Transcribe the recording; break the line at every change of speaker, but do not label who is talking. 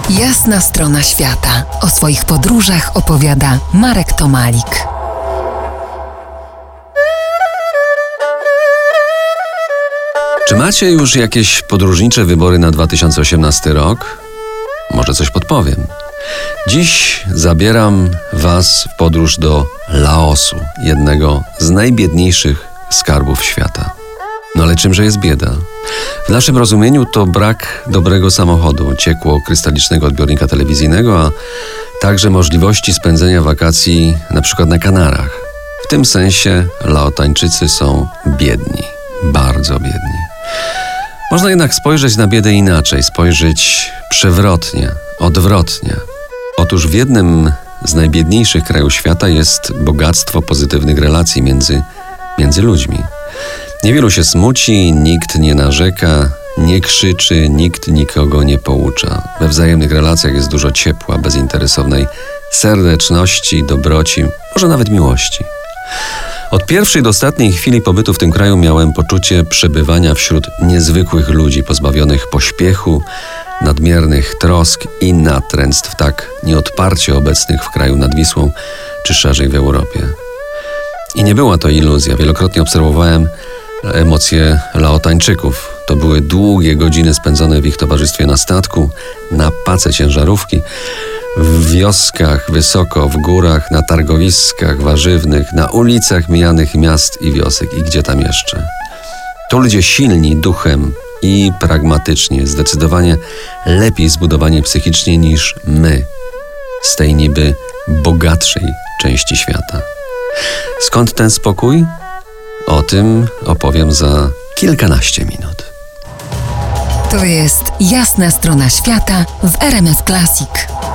Jasna strona świata. O swoich podróżach opowiada Marek Tomalik.
Czy macie już jakieś podróżnicze wybory na 2018 rok? Może coś podpowiem. Dziś zabieram Was w podróż do Laosu, jednego z najbiedniejszych skarbów świata. No ale czymże jest bieda? W naszym rozumieniu to brak dobrego samochodu, ciekło-krystalicznego odbiornika telewizyjnego, a także możliwości spędzenia wakacji na przykład na Kanarach. W tym sensie Laotańczycy są biedni, bardzo biedni. Można jednak spojrzeć na biedę inaczej, spojrzeć przewrotnie, odwrotnie. Otóż w jednym z najbiedniejszych krajów świata jest bogactwo pozytywnych relacji między ludźmi. Niewielu się smuci, nikt nie narzeka, nie krzyczy, nikt nikogo nie poucza. We wzajemnych relacjach jest dużo ciepła, bezinteresownej serdeczności, dobroci, może nawet miłości. Od pierwszej do ostatniej chwili pobytu w tym kraju miałem poczucie przebywania wśród niezwykłych ludzi, pozbawionych pośpiechu, nadmiernych trosk i natręctw, tak nieodparcie obecnych w kraju nad Wisłą, czy szerzej w Europie. I nie była to iluzja. Wielokrotnie obserwowałem emocje Laotańczyków. To były długie godziny spędzone w ich towarzystwie na statku, na pace ciężarówki, w wioskach wysoko, w górach, na targowiskach warzywnych, na ulicach mijanych miast i wiosek i gdzie tam jeszcze. To ludzie silni duchem i pragmatycznie, zdecydowanie lepiej zbudowani psychicznie niż my z tej niby bogatszej części świata. Skąd ten spokój? O tym opowiem za kilkanaście minut.
To jest Jasna strona świata w RMF Classic.